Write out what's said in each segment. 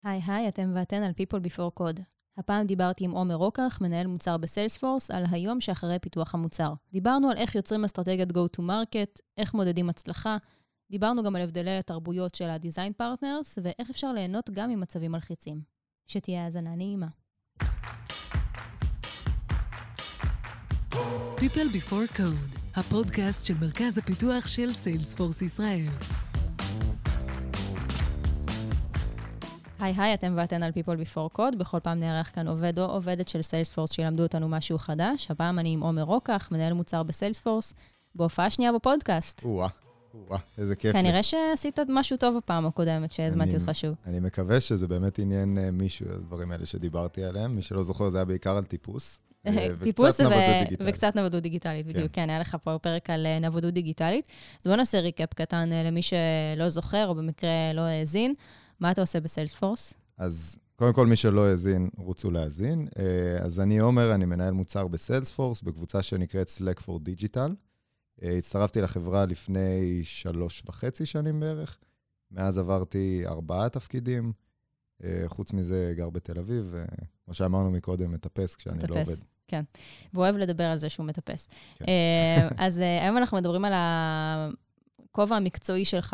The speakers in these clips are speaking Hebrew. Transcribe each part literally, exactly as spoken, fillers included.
היי היי, אתם ואתן על People Before Code. הפעם דיברתי עם עומר רוקח, מנהל מוצר בסיילספורס, על היום שאחרי פיתוח המוצר. דיברנו על איך יוצרים אסטרטגיית Go to Market, איך מודדים הצלחה, דיברנו גם על הבדלי התרבויות של ה-Design Partners, ואיך אפשר ליהנות גם ממצבים מלחיצים. שתהיה האזנה נעימה. People Before Code, הפודקאסט של מרכז הפיתוח של סיילספורס ישראל. היי היי, אתם ואתן על People Before Code. בכל פעם נערך כאן עובד או עובדת של סיילספורס שילמדו אותנו משהו חדש. הפעם אני עם עומר רוקח, מנהל מוצר בסיילספורס, בהופעה שנייה בפודקאסט. וואה, וואה, איזה כיף. כנראה שעשית משהו טוב הפעם הקודמת שהזמנתי אותך שוב. אני מקווה שזה באמת עניין מישהו, הדברים האלה שדיברתי עליהם. מי שלא זוכר, זה היה בעיקר על טיפוס. טיפוס וקצת נוודות דיגיטלית, בדיוק. כן, היה לך פה פרק על נוודות דיגיטלית. אז בוא נעשה ריקאפ קטן למי שלא זוכר, או במקרה לא האזין. מה אתה עושה בסיילספורס? אז קודם כל, מי שלא האזין, רוצו להאזין. אז אני עומר, אני מנהל מוצר בסיילספורס, בקבוצה שנקראת Slack for Digital. הצטרפתי לחברה לפני שלוש וחצי שנים בערך. מאז עברתי ארבעה תפקידים. חוץ מזה, גר בתל אביב, כמו שאמרנו מקודם, מטפס כשאני לא עובד. מטפס, כן. והוא אוהב לדבר על זה שהוא מטפס. אז היום אנחנו מדברים על הכובע המקצועי שלך,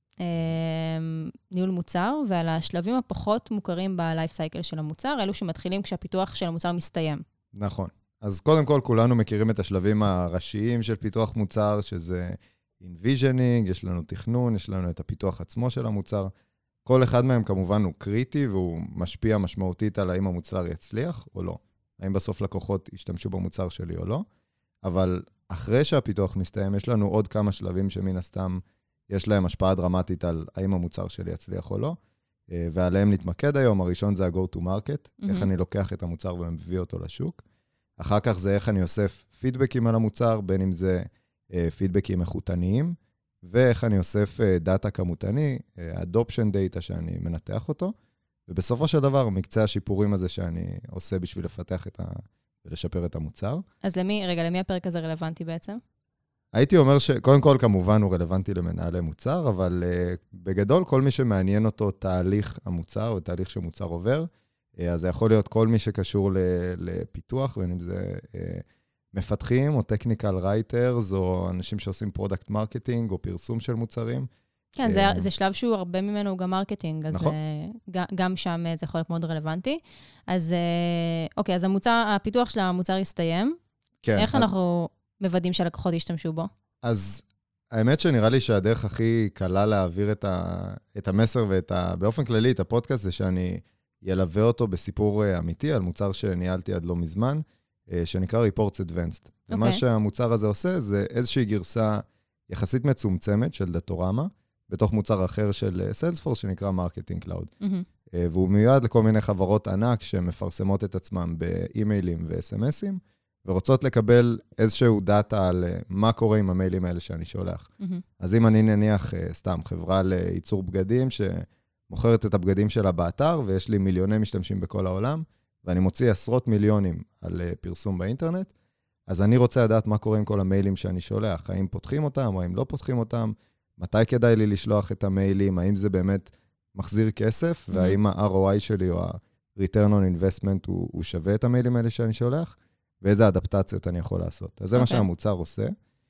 ניהול מוצר, ועל השלבים הפחות מוכרים בלייף סייקל של המוצר, אלו שמתחילים כשהפיתוח של המוצר מסתיים. נכון. אז קודם כל, כולנו מכירים את השלבים הראשיים של פיתוח מוצר, שזה envisioning, יש לנו תכנון, יש לנו את הפיתוח עצמו של המוצר. כל אחד מהם כמובן הוא קריטי, והוא משפיע משמעותית על האם המוצר יצליח או לא. האם בסוף לקוחות ישתמשו במוצר שלי או לא. אבל אחרי שהפיתוח מסתיים, יש לנו עוד כמה שלבים שמן הסתם יש להם השפעה דרמטית על האם המוצר שלי יצליח או לא, ועליהם נתמקד היום. הראשון זה ה-go to market, mm-hmm. איך אני לוקח את המוצר ומביא אותו לשוק. אחר כך זה איך אני אוסף פידבקים על המוצר, בין אם זה פידבקים איכותניים, ואיך אני אוסף דאטה כמותני, adoption data שאני מנתח אותו, ובסופו של דבר, מקצה השיפורים הזה שאני עושה בשביל לפתח את ה... ולשפר את המוצר. אז למי, רגע, למי הפרק הזה רלוונטי בעצם? הייתי אומר שקודם כל, כמובן, הוא רלוונטי למנהלי מוצר, אבל uh, בגדול, כל מי שמעניין אותו תהליך המוצר, או תהליך שמוצר עובר, uh, אז זה יכול להיות כל מי שקשור לפיתוח, בין אם זה uh, מפתחים, או technical writers, או אנשים שעושים product marketing, או פרסום של מוצרים. כן, זה, זה שלב שהוא הרבה ממנו, הוא גם מרקטינג, אז נכון. uh, גם שם זה יכול להיות מאוד רלוונטי. אז uh, אוקיי, אז המוצר, הפיתוח של המוצר יסתיים. כן. איך אז... אנחנו... מוודאים שהלקוחות ישתמשו בו? אז האמת שנראה לי שהדרך הכי קלה להעביר את, ה, את המסר ואת ה, באופן כללי את הפודקאסט זה שאני ילווה אותו בסיפור אמיתי על מוצר שניהלתי עד לא מזמן, שנקרא Reports Advanced. Okay. ומה שהמוצר הזה עושה זה איזושהי גרסה יחסית מצומצמת של דאטורמה, בתוך מוצר אחר של Salesforce שנקרא Marketing Cloud. Mm-hmm. והוא מיועד לכל מיני חברות ענק שמפרסמות את עצמם באימיילים ו-אס אם אסים, ורוצות לקבל איזשהו דאטה על מה קורה עם המיילים האלה שאני שולח. Mm-hmm. אז אם אני נניח סתם חברה לייצור בגדים, שמוכרת את הבגדים שלה באתר, ויש לי מיליוני משתמשים בכל העולם, ואני מוציא עשרות מיליונים על פרסום באינטרנט, אז אני רוצה לדעת מה קורה עם כל המיילים שאני שולח, האם פותחים אותם, או האם לא פותחים אותם, מתי כדאי לי לשלוח את המיילים, האם זה באמת מחזיר כסף, mm-hmm. והאם ה-אר או איי שלי, או ה-return on investment, הוא, הוא שווה את המיילים האלה שאני שולח, ואיזה אדפטציות אני יכול לעשות. אז זה okay. מה שהמוצר עושה.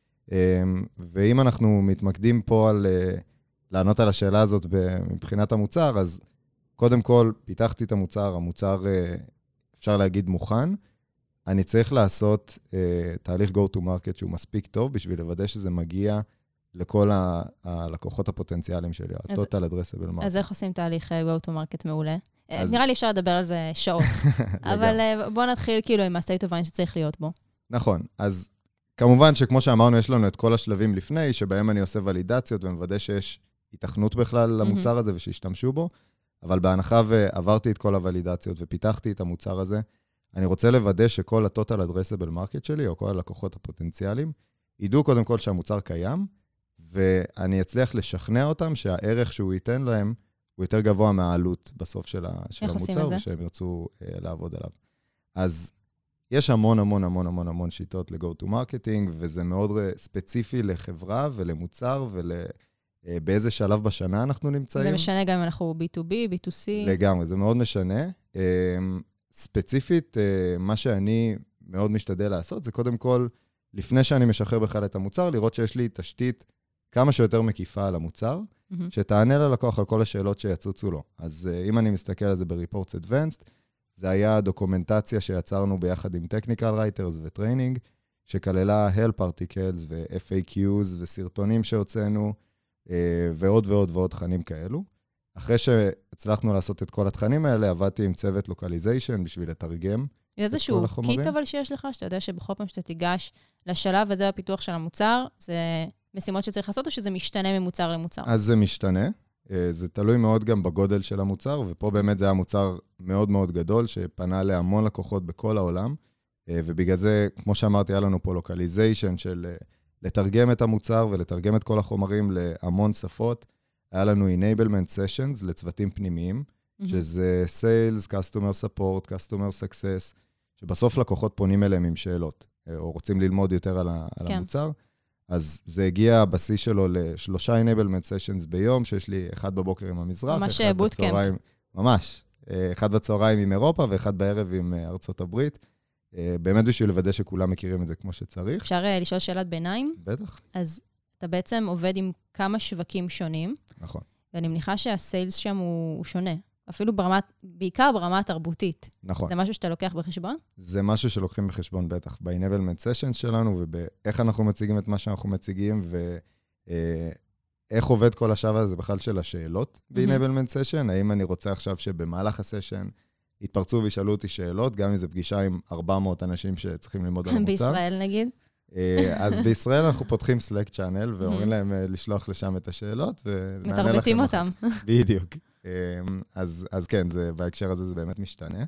ואם אנחנו מתמקדים פה על לענות על השאלה הזאת מבחינת המוצר, אז קודם כל פיתחתי את המוצר, המוצר אפשר להגיד מוכן, אני צריך לעשות תהליך go to market שהוא מספיק טוב, בשביל לוודא שזה מגיע לכל הלקוחות הפוטנציאליים שלי, ה-total addressable market. אז איך עושים תהליך go to market מעולה? אז... נראה לי אפשר לדבר על זה שעות, אבל בואו נתחיל כאילו עם ה-state of mind שצריך להיות בו. נכון, אז כמובן שכמו שאמרנו, יש לנו את כל השלבים לפני, שבהם אני עושה ולידציות ומוודא שיש התכנות בכלל למוצר הזה ושישתמשו בו, אבל בהנחה ועברתי את כל הוולידציות ופיתחתי את המוצר הזה, אני רוצה לוודא שכל ה-total addressable market שלי, או כל הלקוחות הפוטנציאליים, ידעו קודם כל שהמוצר קיים, ואני אצליח לשכנע אותם שהערך שהוא ייתן להם, הוא יותר גבוה מהעלות בסוף של, ה, של המוצר, ושהם ירצו uh, לעבוד עליו. אז יש המון המון המון המון המון שיטות ל-go to marketing, וזה מאוד ספציפי לחברה ולמוצר ול... באיזה שלב בשנה אנחנו נמצאים. זה משנה גם אם אנחנו בי טו בי, בי טו סי. לגמרי, זה מאוד משנה. ספציפית, מה שאני מאוד משתדל לעשות, זה קודם כל, לפני שאני משחרר בכלל את המוצר, לראות שיש לי תשתית כמה שיותר מקיפה על המוצר, mm-hmm. שתענה ללקוח על כל השאלות שיצוצו לו. אז אם אני מסתכל על זה ב-Reports Advanced, זה היה דוקומנטציה שיצרנו ביחד עם Technical Writers וטריינינג, שכללה Help Articles ו-אף איי קיוז וסרטונים שהוצאנו, ועוד ועוד ועוד תכנים כאלו. אחרי שהצלחנו לעשות את כל התכנים האלה, עבדתי עם צוות לוקליזיישן בשביל לתרגם. איזשהו קיט אבל שיש לך, שאתה יודע שבכל פעם שאתה תיגש לשלב הזה בפיתוח של המוצר, זה משימות שצריך לעשות או שזה משתנה ממוצר למוצר? אז זה משתנה. זה תלוי מאוד גם בגודל של המוצר, ופה באמת זה היה מוצר מאוד מאוד גדול, שפנה להמון לקוחות בכל העולם, ובגלל זה, כמו שאמרתי, היה לנו פה לוקליזיישן של לתרגם את המוצר ולתרגם את כל החומרים להמון שפות. היה לנו enablement sessions לצוותים פנימיים, mm-hmm. שזה sales, customer support, customer success, שבסוף לקוחות פונים אליהם עם שאלות, או רוצים ללמוד יותר על, ה- על כן. המוצר. אז זה הגיע בשיא שלו לשלושה enablement sessions ביום, שיש לי אחד בבוקר עם המזרח, ממש אחד בוטקאמפ. בצהריים, ממש, אחד בצהריים עם אירופה, ואחד בערב עם ארצות הברית. באמת בשביל לוודא שכולם מכירים את זה כמו שצריך. אפשר לשאול שאלת ביניים? בטח. אז אתה בעצם עובד עם כמה שווקים שונים. נכון. ואני מניחה שהסיילס שם הוא, הוא שונה. אפילו ברמת, בעיקר ברמה התרבותית. נכון. זה משהו שאתה לוקח בחשבון? זה משהו שלוקחים בחשבון בטח. ב-enablement session שלנו, ובאיך אנחנו מציגים את מה שאנחנו מציגים, ואיך עובד כל השלב הזה בכלל של השאלות ב-enablement session. האם אני רוצה עכשיו שבמהלך הסשן יתפרצו וישאלו אותי שאלות, גם אם זו פגישה עם ארבע מאות אנשים שצריכים ללמוד על המוצר. בישראל נגיד? אז בישראל אנחנו פותחים Slack channel, ואומרים להם לשלוח לשם את השאלות, ונענה לכם. מתרבטים אותם. בדיוק. אז, אז כן, זה, בהקשר הזה זה באמת משתנה.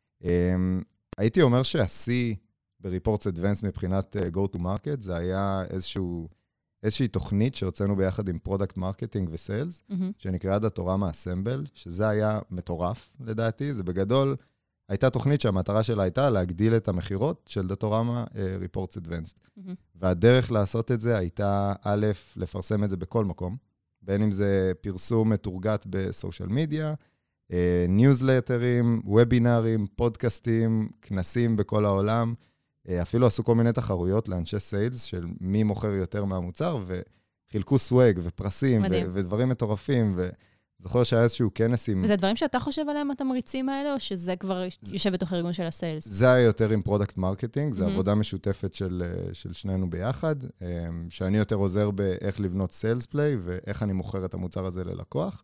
הייתי אומר שה-C ב-Reports Advanced מבחינת Go to Market, זה היה איזשהו, איזושהי תוכנית שהוצאנו ביחד עם Product Marketing ו-Sales, שנקראה דאטורמה Assemble, שזה היה מטורף לדעתי, זה בגדול, הייתה תוכנית שהמטרה שלה הייתה להגדיל את המחירות של דאטורמה uh, Reports Advanced. Mm-hmm. והדרך לעשות את זה הייתה, א', לפרסם את זה בכל מקום, בין אם זה פרסום מתורגת בסושיאל מדיה, uh, ניוזלטרים, וובינרים, פודקאסטים, כנסים בכל העולם, uh, אפילו עשו כל מיני תחרויות לאנשי סיילס של מי מוכר יותר מהמוצר, וחילקו סווג ופרסים ו- ודברים מטורפים, ו... זוכר שהיה איזשהו כנס עם... וזה דברים שאתה חושב עליהם, התמריצים האלה, או שזה כבר יושב בתוך הארגון של הסיילס? זה היה יותר עם פרודקט מרקטינג, זו עבודה משותפת של, של שנינו ביחד, שאני יותר עוזר באיך לבנות סיילס פליי, ואיך אני מוכר את המוצר הזה ללקוח,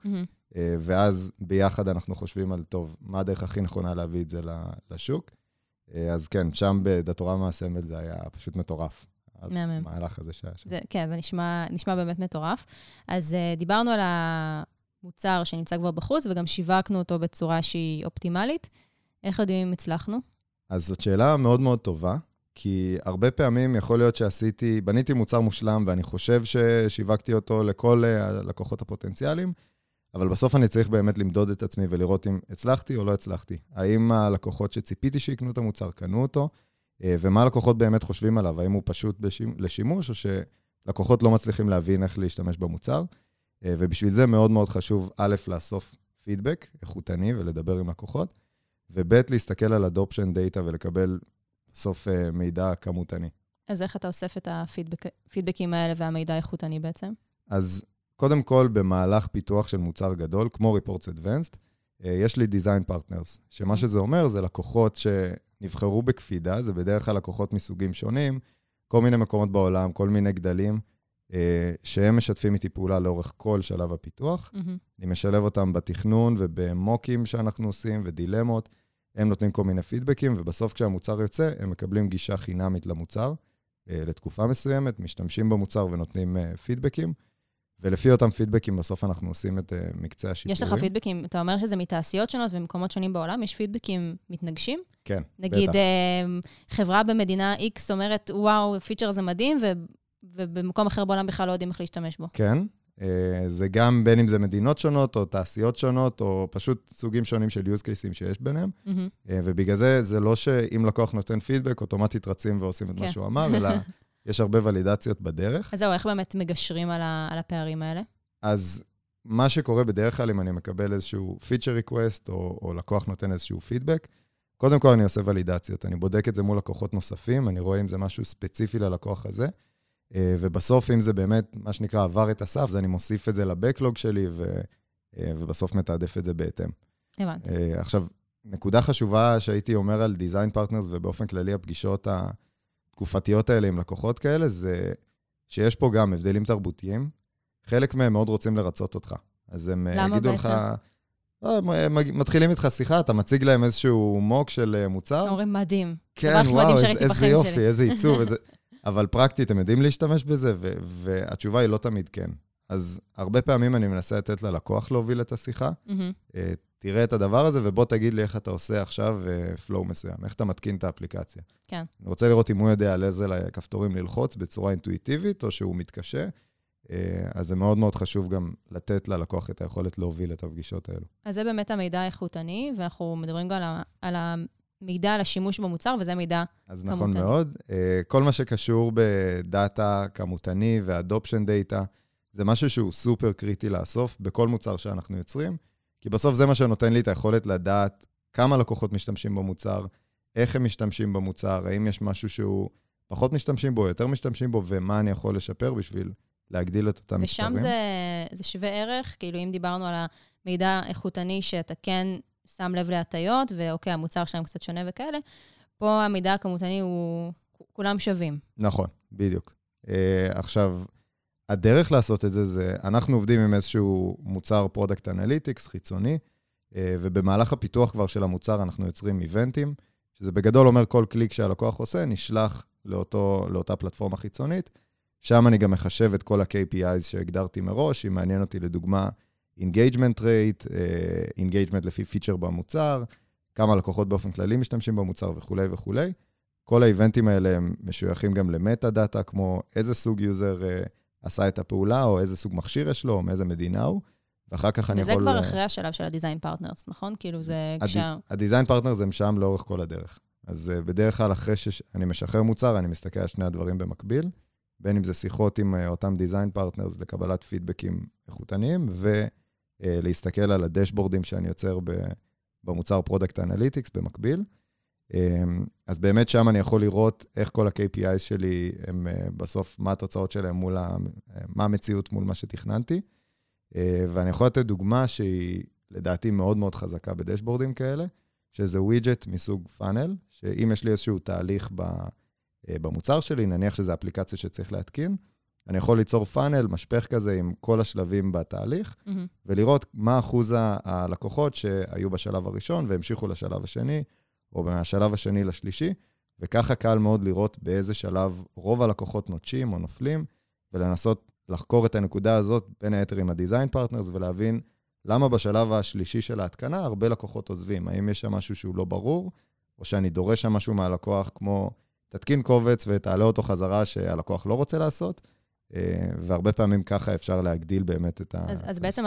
ואז ביחד אנחנו חושבים על, טוב, מה הדרך הכי נכונה להביא את זה לשוק. אז כן, שם בדאטורמה אסמבל זה היה פשוט מטורף. המהלך הזה שהיה שם. כן, זה נשמע, נשמע באמת מטורף. אז דיברנו על ה... מוצר שנמצא כבר בחוץ, וגם שיווקנו אותו בצורה שהיא אופטימלית. איך יודעים אם הצלחנו? אז זאת שאלה מאוד מאוד טובה, כי הרבה פעמים יכול להיות שעשיתי, בניתי מוצר מושלם, ואני חושב ששיווקתי אותו לכל הלקוחות הפוטנציאליים, אבל בסוף אני צריך באמת למדוד את עצמי ולראות אם הצלחתי או לא הצלחתי. האם הלקוחות שציפיתי שיקנו את המוצר קנו אותו, ומה הלקוחות באמת חושבים עליו? האם הוא פשוט לשימוש, או שלקוחות לא מצליחים להבין איך להשתמש במוצר? ובשביל זה מאוד מאוד חשוב, א', לאסוף פידבק איכותני ולדבר עם לקוחות, וב', להסתכל על adoption data ולקבל בסוף מידע כמותני. אז איך אתה אוסף את הפידבקים האלה והמידע האיכותני בעצם? אז קודם כל, במהלך פיתוח של מוצר גדול, כמו Reports Advanced, יש לי design partners, שמה שזה אומר זה לקוחות שנבחרו בקפידה, זה בדרך כלל לקוחות מסוגים שונים, כל מיני מקומות בעולם, כל מיני גדלים, שהם משתפים איתי פעולה לאורך כל שלב הפיתוח. Mm-hmm. אני משלב אותם בתכנון ובמוקים שאנחנו עושים ודילמות. הם נותנים כל מיני פידבקים, ובסוף כשהמוצר יוצא, הם מקבלים גישה חינמית למוצר, לתקופה מסוימת, משתמשים במוצר ונותנים פידבקים, ולפי אותם פידבקים בסוף אנחנו עושים את מקצה השיפורים. יש לך פידבקים, אתה אומר שזה מתעשיות שונות ומקומות שונים בעולם, יש פידבקים מתנגשים? כן, נגיד, בטח. חברה במדינה X אומרת, וואו, הפיצ'ר זה מדהים, ו... ובמקום אחר בעולם בכלל לא יודעים איך להשתמש בו. כן, זה גם בין אם זה מדינות שונות, או תעשיות שונות, או פשוט סוגים שונים של use cases שיש ביניהם, ובגלל זה, זה לא שאם לקוח נותן פידבק, אוטומטית רצים ועושים את מה שהוא אמר, אלא יש הרבה ולידציות בדרך. אז זהו, איך באמת מגשרים על הפערים האלה? אז מה שקורה בדרך כלל, אם אני מקבל איזשהו feature request, או, או לקוח נותן איזשהו פידבק, קודם כל אני עושה ולידציות, אני בודק את זה מול לקוחות נוספים, אני רואה אם זה משהו ספציפי ללקוח הזה, ובסוף, אם זה באמת, מה שנקרא, עבר את הסף, אז אני מוסיף את זה לבקלוג שלי, ו, ובסוף מתעדף את זה בהתאם. הבנתי. עכשיו, נקודה חשובה שהייתי אומר על דיזיין פרטנרס, ובאופן כללי הפגישות התקופתיות האלה עם לקוחות כאלה, זה שיש פה גם הבדלים תרבותיים, חלק מהם מאוד רוצים לרצות אותך. אז הם יגידו לך, מתחילים איתך שיחה, אתה מציג להם איזשהו מוק של מוצר. אומרים מדהים. כן, וואו, איזה יופי, איזה עיצוב, אבל פרקטית הם יודעים להשתמש בזה, והתשובה היא לא תמיד כן. אז הרבה פעמים אני מנסה לתת ללקוח להוביל את השיחה, תראה את הדבר הזה, ובוא תגיד לי איך אתה עושה עכשיו פלואו מסוים, איך אתה מתקין את האפליקציה. כן. אני רוצה לראות אם הוא יודע על איזה כפתורים ללחוץ בצורה אינטואיטיבית, או שהוא מתקשה. אז זה מאוד מאוד חשוב גם לתת ללקוח את היכולת להוביל את הפגישות האלו. אז זה באמת המידע האיכותני, ואנחנו מדברים גם על המידע על השימוש במוצר, וזה מידע כמותני. אז נכון מאוד. כל מה שקשור בדאטה כמותני ואדופשן דאטה, זה משהו שהוא סופר קריטי לאסוף בכל מוצר שאנחנו יוצרים, כי בסוף זה מה שנותן לי את היכולת לדעת כמה לקוחות משתמשים במוצר, איך הם משתמשים במוצר, האם יש משהו שהוא פחות משתמשים בו, יותר משתמשים בו, ומה אני יכול לשפר בשביל להגדיל את אותם מספרים. ושם זה, זה שווה ערך, כאילו אם דיברנו על המידע האיכותני שאתה כן שם לב להטיות, ואוקיי, המוצר שלהם קצת שונה וכאלה, פה המידע הכמותני הוא, כולם שווים. נכון, בדיוק. Uh, עכשיו, הדרך לעשות את זה, זה, אנחנו עובדים עם איזשהו מוצר פרודקט אנליטיקס חיצוני, ובמהלך הפיתוח כבר של המוצר אנחנו יוצרים איבנטים, שזה בגדול אומר כל קליק שהלקוח עושה, נשלח לאותו, לאותה פלטפורמה חיצונית, שם אני גם מחשב את כל ה-קיי פי איז שהגדרתי מראש, אם מעניין אותי לדוגמה engagement rate, engagement לפי פיצ'ר במוצר, כמה לקוחות באופן כללי משתמשים במוצר וכו' וכו'. כל האיבנטים האלה הם משויכים גם למטה דאטה, כמו איזה סוג יוזר עשה את הפעולה, או איזה סוג מכשיר יש לו, או מאיזה מדינה הוא, ואחר כך אני יכול... וזה כבר אחרי השלב של הדיזיין פרטנרס, נכון? כאילו זה כשה... הדיזיין פרטנרס הם שם לאורך כל הדרך. אז בדרך כלל אחרי שאני משחרר מוצר, אני מסתכל על שני הדברים במקביל, בין אם זה שיחות עם אותם דיזיין פרטנרס לקבלת פידבקים איכותניים, ולהסתכל על הדשבורדים שאני יוצר במוצר פרודקט אנליטיקס במקביל. אז באמת שם אני יכול לראות איך כל ה-קיי פי איז שלי הם בסוף, מה התוצאות שלהם מול ה... מה המציאות מול מה שתכננתי. ואני יכול לתת דוגמה שהיא לדעתי מאוד מאוד חזקה בדשבורדים כאלה, שזה ווידג'ט מסוג פאנל, שאם יש לי איזשהו תהליך במוצר שלי, נניח שזה אפליקציה שצריך להתקין, אני יכול ליצור פאנל, משפך כזה עם כל השלבים בתהליך, mm-hmm. ולראות מה אחוז הלקוחות שהיו בשלב הראשון, והמשיכו לשלב השני, או מהשלב השני לשלישי, וככה קל מאוד לראות באיזה שלב רוב הלקוחות נוטשים או נופלים, ולנסות לחקור את הנקודה הזאת בין היתר עם הדיזיין פרטנרס, ולהבין למה בשלב השלישי של ההתקנה הרבה לקוחות עוזבים. האם יש שם משהו שהוא לא ברור, או שאני דורש שם משהו מהלקוח, כמו תתקין קובץ ותעלה אותו חזרה שהלקוח לא רוצה לעשות, והרבה פעמים ככה אפשר להגדיל באמת את ה... אז, אז בעצם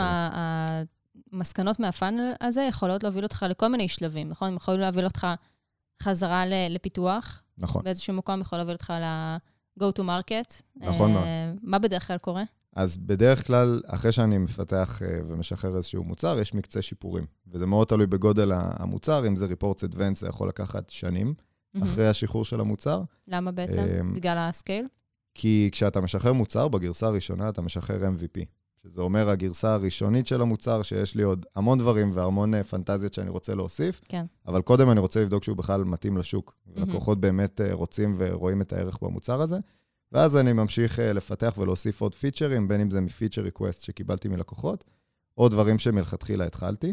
המסקנות מהפאנל הזה יכולות להוביל אותך לכל מיני שלבים, נכון? הם יכולים להוביל אותך חזרה לפיתוח. נכון. באיזשהו מקום יכול להוביל אותך ל-go to market. נכון מאוד. מה בדרך כלל קורה? אז בדרך כלל, אחרי שאני מפתח ומשחרר איזשהו מוצר, יש מקצה שיפורים. וזה מאוד תלוי בגודל המוצר, אם זה reports advanced, זה יכול לקחת שנים אחרי השחרור של המוצר. למה בעצם? בגלל הסקייל? כי כשאתה משחרר מוצר, בגרסה הראשונה אתה משחרר אם וי פי. שזה אומר הגרסה הראשונית של המוצר, שיש לי עוד המון דברים והמון פנטזיות שאני רוצה להוסיף, כן. אבל קודם אני רוצה לבדוק שהוא בכלל מתאים לשוק. ולקוחות באמת רוצים ורואים את הערך במוצר הזה, ואז אני ממשיך לפתח ולהוסיף עוד פיצ'רים, בין אם זה מפיצ'ר ריקווסט שקיבלתי מלקוחות, או דברים שמלכתחילה התחלתי,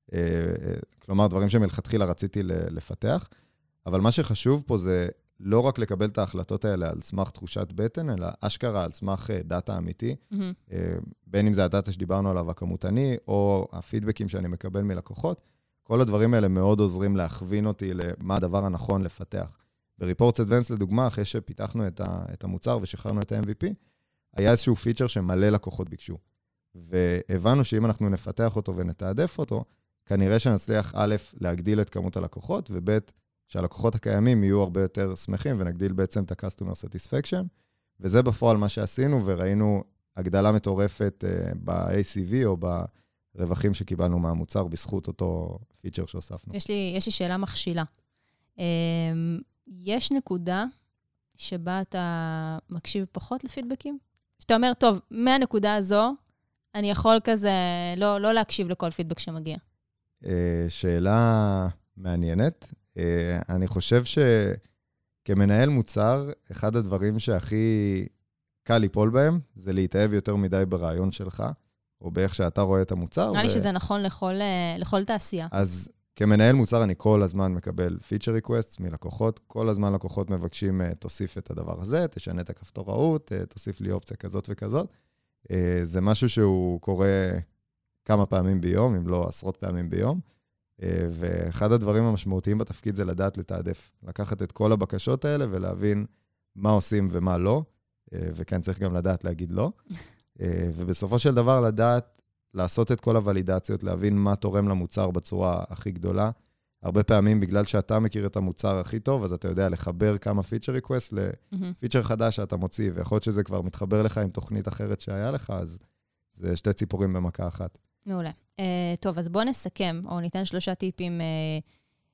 כלומר דברים שמלכתחילה רציתי לפתח, אבל מה שחשוב פה זה לא רק לקבל את ההחלטות האלה על סמך תחושת בטן, אלא אשכרה על סמך דאטה אמיתי, mm-hmm. בין אם זה הדאטה שדיברנו עליו הכמותני, או הפידבקים שאני מקבל מלקוחות, כל הדברים האלה מאוד עוזרים להכווין אותי למה הדבר הנכון לפתח. ב-Reports Advanced לדוגמה, אחרי שפיתחנו את, ה- את המוצר ושחררנו את ה-אם וי פי, היה איזשהו פיצ'ר שמלא לקוחות ביקשו. והבנו שאם אנחנו נפתח אותו ונתעדף אותו, כנראה שנצליח א', להגדיל את כמות הלקוחות, וב', שהלקוחות הקיימים יהיו הרבה יותר שמחים, ונגדיל בעצם את ה-Customer Satisfaction, וזה בפועל מה שעשינו, וראינו הגדלה מטורפת ב-איי סי וי או ברווחים שקיבלנו מהמוצר בזכות אותו פיצ'ר שהוספנו. יש לי, יש לי שאלה מכשילה. יש נקודה שבה אתה מקשיב פחות לפידבקים? שאתה אומר, טוב, מהנקודה הזו, אני יכול כזה לא, לא להקשיב לכל פידבק שמגיע. שאלה מעניינת. אני חושב שכמנהל מוצר, אחד הדברים שהכי קל ליפול בהם, זה להתאהב יותר מדי ברעיון שלך, או באיך שאתה רואה את המוצר. נראה לי שזה נכון לכל, לכל תעשייה. אז כמנהל מוצר אני כל הזמן מקבל פיצ'ר ריקווסט מלקוחות, כל הזמן לקוחות מבקשים, תוסיף את הדבר הזה, תשנה את הכפתור ראות, תוסיף לי אופציה כזאת וכזאת. זה משהו שהוא קורה כמה פעמים ביום, אם לא עשרות פעמים ביום, ואחד הדברים המשמעותיים בתפקיד זה לדעת לתעדף, לקחת את כל הבקשות האלה ולהבין מה עושים ומה לא, וכן צריך גם לדעת להגיד לא, ובסופו של דבר לדעת לעשות את כל הוולידציות, להבין מה תורם למוצר בצורה הכי גדולה. הרבה פעמים בגלל שאתה מכיר את המוצר הכי טוב, אז אתה יודע לחבר כמה פיצ'ר ריקווסט לפיצ'ר חדש שאתה מוציא, ויכול להיות שזה כבר מתחבר לך עם תוכנית אחרת שהיה לך, אז זה שתי ציפורים במכה אחת. מעולה. Uh, טוב, אז בוא נסכם, או ניתן שלושה טיפים uh,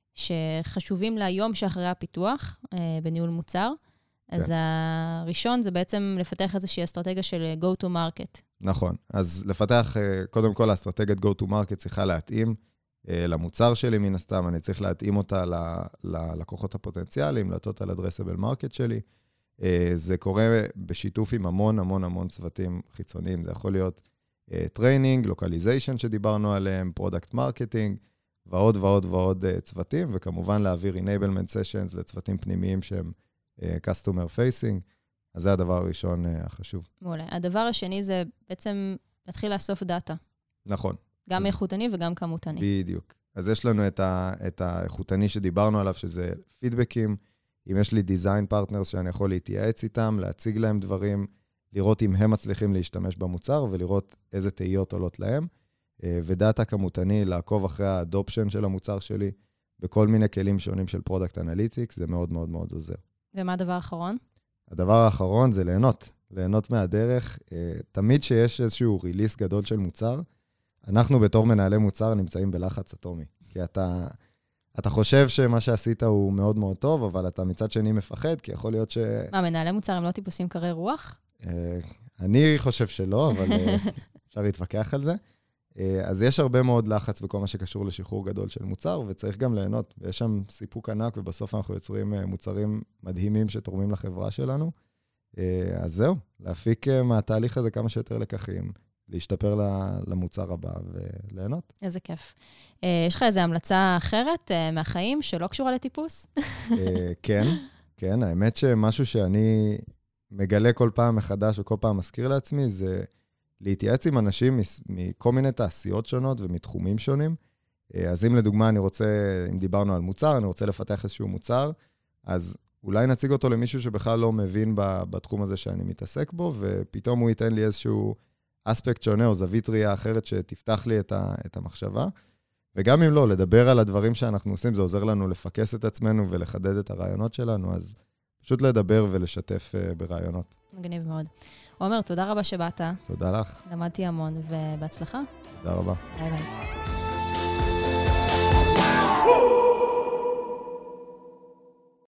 שחשובים להיום שאחרי הפיתוח uh, בניהול מוצר. כן. אז הראשון זה בעצם לפתח איזושהי אסטרטגיה של go to market. נכון. אז לפתח, uh, קודם כל, האסטרטגיית go to market צריכה להתאים uh, למוצר שלי מן הסתם, אני צריך להתאים אותה ל- ללקוחות הפוטנציאליים, לטוטל addressable market שלי. Uh, זה קורה בשיתוף עם המון המון המון צוותים חיצוניים, זה יכול להיות טריינינג, לוקליזיישן שדיברנו עליהם, פרודקט מרקטינג, ועוד ועוד ועוד uh, צוותים, וכמובן להעביר enablement sessions לצוותים פנימיים שהם uh, customer facing, אז זה הדבר הראשון uh, החשוב. מעולה. הדבר השני זה בעצם להתחיל לאסוף דאטה. נכון. גם אז, איכותני וגם כמותני. בדיוק. אז יש לנו את, ה, את האיכותני שדיברנו עליו, שזה פידבקים, אם יש לי דיזיין פרטנרס שאני יכול להתייעץ איתם, להציג להם דברים, לראות אם הם מצליחים להשתמש במוצר, ולראות איזה תהיות עולות להם, ודאטה כמותני, לעקוב אחרי האדופשן של המוצר שלי, בכל מיני כלים שונים של פרודקט אנליטיקס, זה מאוד מאוד מאוד עוזר. ומה הדבר האחרון? הדבר האחרון זה ליהנות, ליהנות מהדרך. תמיד שיש איזשהו ריליס גדול של מוצר, אנחנו בתור מנהלי מוצר נמצאים בלחץ אטומי, כי אתה, אתה חושב שמה שעשית הוא מאוד מאוד טוב, אבל אתה מצד שני מפחד, כי יכול להיות ש... מה, מנהלי מוצר הם לא טיפוסים קרי רוח? אני חושב שלא, אבל אפשר להתווכח על זה. אז יש הרבה מאוד לחץ בכל מה שקשור לשחרור גדול של מוצר, וצריך גם ליהנות. ויש שם סיפוק ענק, ובסוף אנחנו יוצרים מוצרים מדהימים שתורמים לחברה שלנו. אז זהו, להפיק מהתהליך הזה כמה שיותר לקחים, להשתפר למוצר הבא וליהנות. איזה כיף. יש לך איזו המלצה אחרת מהחיים שלא קשורה לטיפוס? כן, כן. האמת שמשהו שאני מגלה כל פעם מחדש וכל פעם מזכיר לעצמי, זה להתייעץ עם אנשים מכל מיני תעשיות שונות ומתחומים שונים. אז אם לדוגמה אני רוצה, אם דיברנו על מוצר, אני רוצה לפתח איזשהו מוצר, אז אולי נציג אותו למישהו שבכלל לא מבין בתחום הזה שאני מתעסק בו, ופתאום הוא ייתן לי איזשהו אספקט שונה או זווית ראייה אחרת שתפתח לי את, ה, את המחשבה. וגם אם לא, לדבר על הדברים שאנחנו עושים, זה עוזר לנו לפקס את עצמנו ולחדד את הרעיונות שלנו, אז פשוט לדבר ולשתף uh, ברעיונות. מגניב מאוד. עומר, תודה רבה שבאת. תודה לך. למדתי המון, ובהצלחה. תודה רבה. ביי ביי.